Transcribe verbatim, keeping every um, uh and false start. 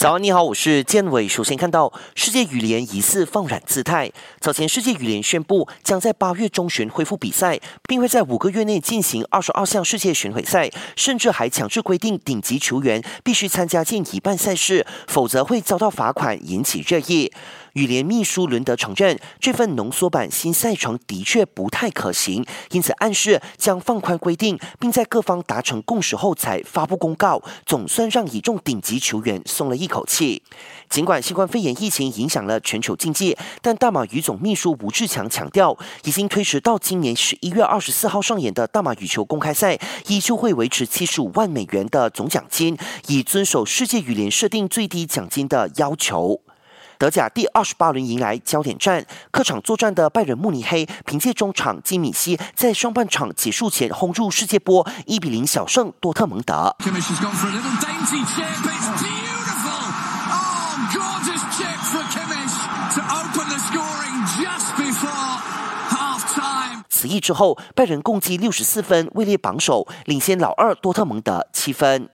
早安，你好，我是建伟。首先看到世界羽联疑似放软姿态。早前世界羽联宣布将在八月中旬恢复比赛，并会在五个月内进行二十二项世界巡回赛，甚至还强制规定顶级球员必须参加近一半赛事，否则会遭到罚款，引起热议。羽联秘书伦德承认，这份浓缩版新赛程的确不太可行，因此暗示将放宽规定，并在各方达成共识后才发布公告，总算让一众顶级球员松了一口气。尽管新冠肺炎疫情影响了全球竞技，但大马羽总秘书吴志强强调，已经推迟到今年十一月二十四号上演的大马羽球公开赛，依旧会维持七十五万美元的总奖金，以遵守世界羽联设定最低奖金的要求。德甲第二十八轮迎来焦点战，客场作战的拜仁慕尼黑凭借中场基米希在上半场结束前轰入世界波，一比零小胜多特蒙德。此役之后，拜仁共计六十四分，位列榜首，领先老二多特蒙德七分。